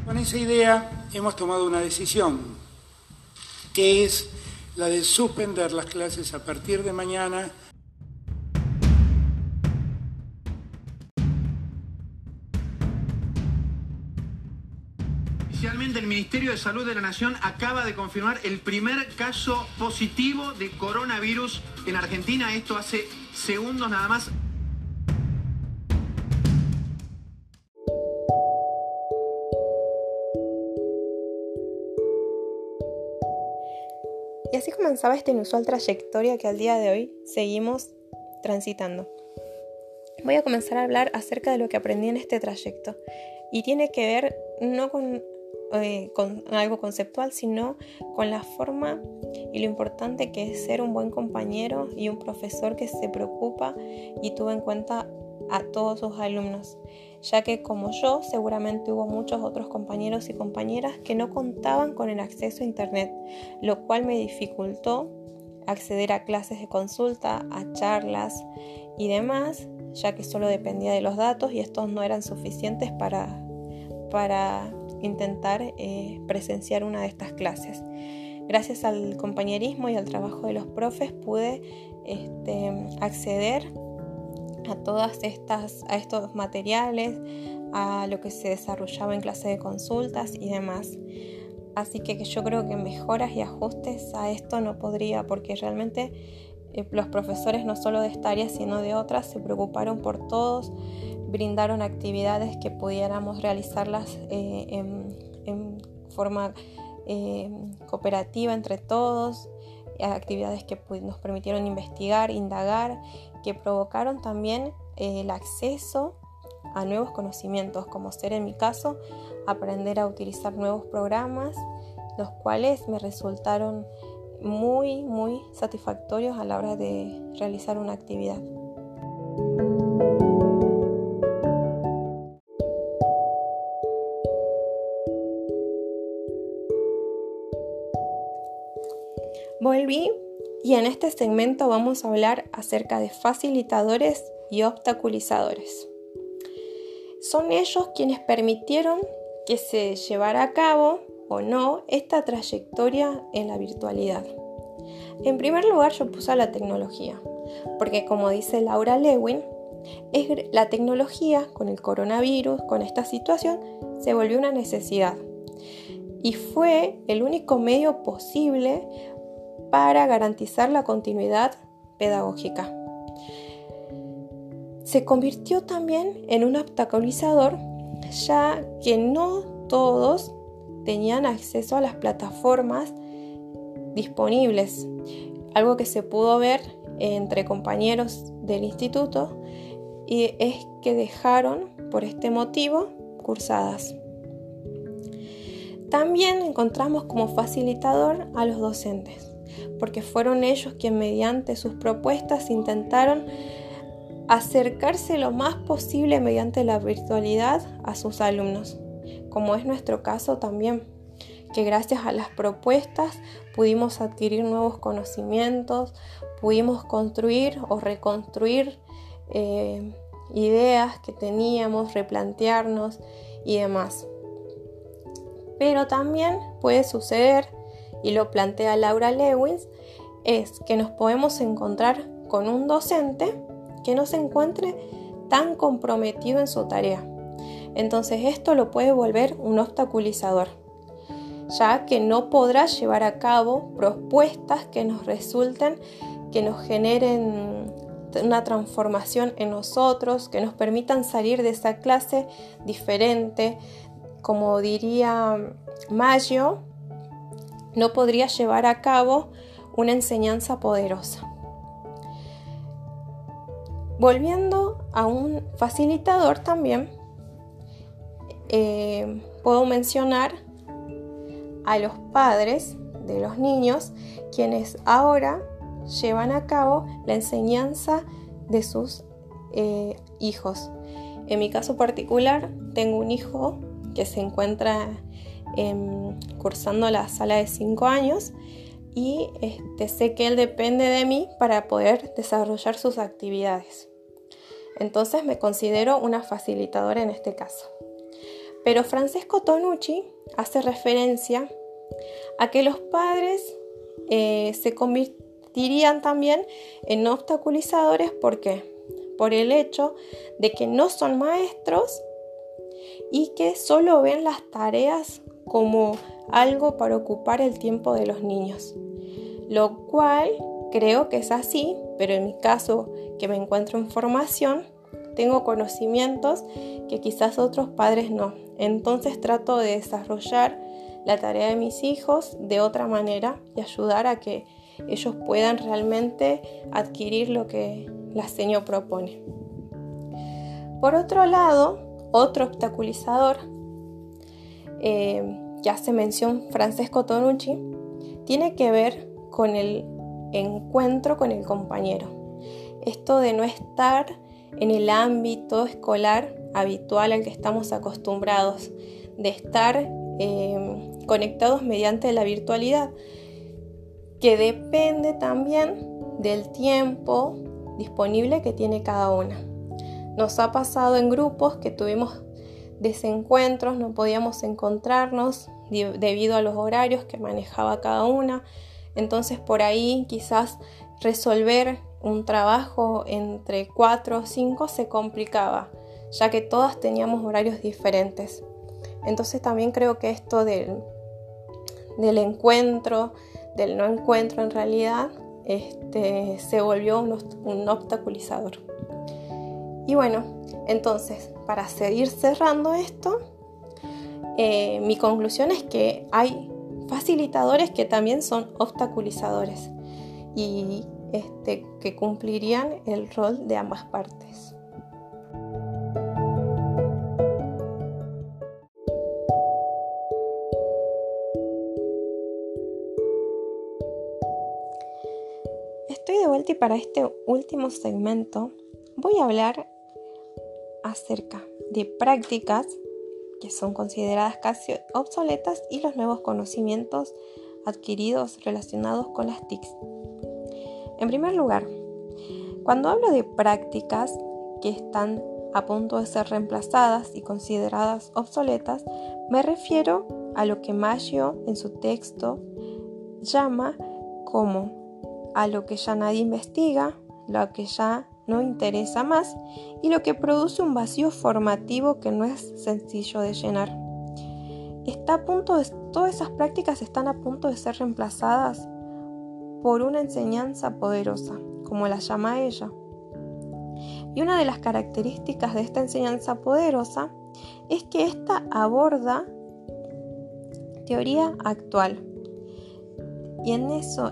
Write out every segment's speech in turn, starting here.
Con esa idea hemos tomado una decisión, que es la de suspender las clases a partir de mañana. Oficialmente el Ministerio de Salud de la Nación acaba de confirmar el primer caso positivo de coronavirus en Argentina. Esto hace segundos nada más. Y así comenzaba esta inusual trayectoria que al día de hoy seguimos transitando. Voy a comenzar a hablar acerca de lo que aprendí en este trayecto. Y tiene que ver no con algo conceptual, sino con la forma y lo importante que es ser un buen compañero y un profesor que se preocupa y tuvo en cuenta a todos sus alumnos, ya que como yo seguramente hubo muchos otros compañeros y compañeras que no contaban con el acceso a internet, lo cual me dificultó acceder a clases de consulta, a charlas y demás, ya que solo dependía de los datos y estos no eran suficientes para intentar presenciar una de estas clases. Gracias al compañerismo y al trabajo de los profes pude acceder a estos materiales, a lo que se desarrollaba en clase de consultas y demás. Así que yo creo que mejoras y ajustes a esto no podría, porque realmente los profesores no solo de esta área sino de otras se preocuparon por todos, brindaron actividades que pudiéramos realizarlas en forma cooperativa entre todos, actividades que nos permitieron investigar, indagar, que provocaron también el acceso a nuevos conocimientos, como ser en mi caso aprender a utilizar nuevos programas, los cuales me resultaron muy, muy satisfactorios a la hora de realizar una actividad. Volví y en este segmento vamos a hablar acerca de facilitadores y obstaculizadores. Son ellos quienes permitieron que se llevara a cabo o no esta trayectoria en la virtualidad. En primer lugar yo puse a la tecnología, porque como dice Laura Lewin, la tecnología con el coronavirus, con esta situación, se volvió una necesidad y fue el único medio posible para garantizar la continuidad pedagógica. Se convirtió también en un obstaculizador, ya que no todos tenían acceso a las plataformas disponibles, algo que se pudo ver entre compañeros del instituto, y es que dejaron por este motivo cursadas. También encontramos como facilitador a los docentes, porque fueron ellos quienes mediante sus propuestas intentaron acercarse lo más posible mediante la virtualidad a sus alumnos, como es nuestro caso también, que gracias a las propuestas pudimos adquirir nuevos conocimientos, pudimos construir o reconstruir ideas que teníamos, replantearnos y demás. Pero también puede suceder, y lo plantea Laura Lewin, es que nos podemos encontrar con un docente que no se encuentre tan comprometido en su tarea. Entonces esto lo puede volver un obstaculizador, ya que no podrá llevar a cabo propuestas que nos resulten, que nos generen una transformación en nosotros, que nos permitan salir de esa clase diferente. Como diría Maggio, no podría llevar a cabo una enseñanza poderosa. Volviendo a un facilitador también, puedo mencionar a los padres de los niños, quienes ahora llevan a cabo la enseñanza de sus hijos. En mi caso particular, tengo un hijo que se encuentra cursando la sala de 5 años y sé que él depende de mí para poder desarrollar sus actividades. Entonces me considero una facilitadora en este caso. Pero Francesco Tonucci hace referencia a que los padres se convertirían también en obstaculizadores. ¿Por qué? Por el hecho de que no son maestros y que solo ven las tareas como algo para ocupar el tiempo de los niños. Lo cual creo que es así, pero en mi caso, que me encuentro en formación, tengo conocimientos que quizás otros padres no. Entonces trato de desarrollar la tarea de mis hijos de otra manera y ayudar a que ellos puedan realmente adquirir lo que la seño propone. Por otro lado, otro obstaculizador que hace mención Francesco Tonucci tiene que ver con el encuentro con el compañero. Esto de no estar en el ámbito escolar habitual al que estamos acostumbrados, de estar conectados mediante la virtualidad, que depende también del tiempo disponible que tiene cada una. Nos ha pasado en grupos que tuvimos desencuentros, no podíamos encontrarnos debido a los horarios que manejaba cada una. Entonces por ahí quizás resolver un trabajo entre 4 o 5 se complicaba, ya que todas teníamos horarios diferentes. Entonces también creo que esto del encuentro, del no encuentro en realidad, se volvió un obstaculizador. Y bueno, entonces, para seguir cerrando esto, mi conclusión es que hay facilitadores que también son obstaculizadores y que cumplirían el rol de ambas partes. Estoy de vuelta y para este último segmento voy a hablar acerca de prácticas que son consideradas casi obsoletas y los nuevos conocimientos adquiridos relacionados con las TICs. En primer lugar, cuando hablo de prácticas que están a punto de ser reemplazadas y consideradas obsoletas, me refiero a lo que Maggio en su texto llama como a lo que ya nadie investiga, lo que ya no interesa más y lo que produce un vacío formativo que no es sencillo de llenar. Todas esas prácticas están a punto de ser reemplazadas por una enseñanza poderosa, como la llama ella. Y una de las características de esta enseñanza poderosa es que ésta aborda teoría actual. Y en ese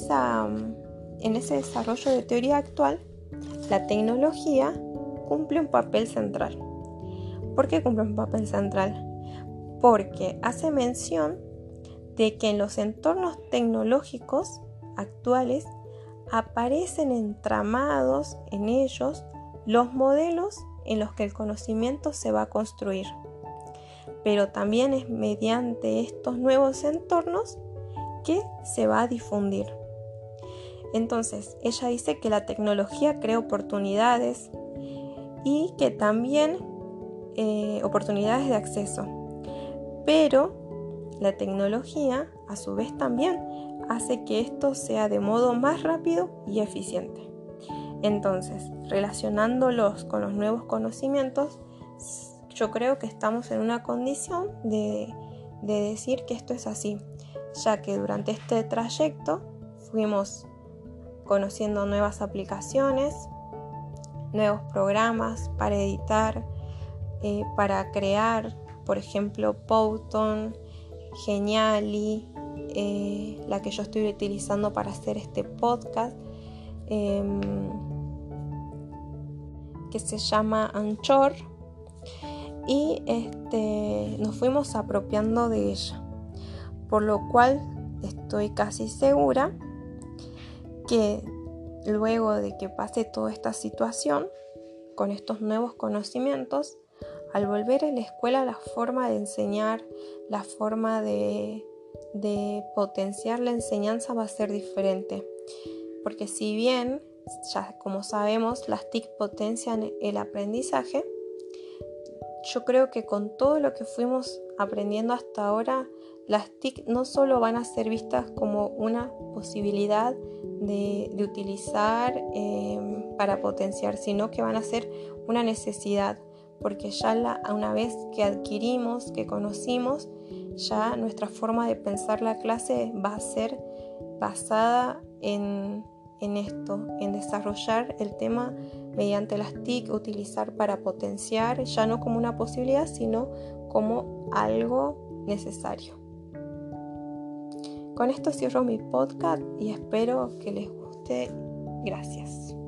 desarrollo de teoría actual, la tecnología cumple un papel central. ¿Por qué cumple un papel central? Porque hace mención de que en los entornos tecnológicos actuales aparecen entramados en ellos los modelos en los que el conocimiento se va a construir. Pero también es mediante estos nuevos entornos que se va a difundir. Entonces, ella dice que la tecnología crea oportunidades y que también oportunidades de acceso. Pero la tecnología, a su vez, también hace que esto sea de modo más rápido y eficiente. Entonces, relacionándolos con los nuevos conocimientos, yo creo que estamos en una condición de decir que esto es así, ya que durante este trayecto fuimos conociendo nuevas aplicaciones, nuevos programas para editar, para crear, por ejemplo, Powtoon, Geniali, la que yo estoy utilizando para hacer este podcast, que se llama Anchor, y nos fuimos apropiando de ella, por lo cual estoy casi segura que luego de que pase toda esta situación, con estos nuevos conocimientos, al volver a la escuela, la forma de enseñar, la forma de potenciar la enseñanza va a ser diferente. Porque si bien, ya como sabemos, las TIC potencian el aprendizaje, yo creo que con todo lo que fuimos aprendiendo hasta ahora, las TIC no solo van a ser vistas como una posibilidad de utilizar para potenciar, sino que van a ser una necesidad, porque ya una vez que adquirimos, que conocimos, ya nuestra forma de pensar la clase va a ser basada en esto, en desarrollar el tema mediante las TIC, utilizar para potenciar, ya no como una posibilidad, sino como algo necesario. Con esto cierro mi podcast y espero que les guste. Gracias.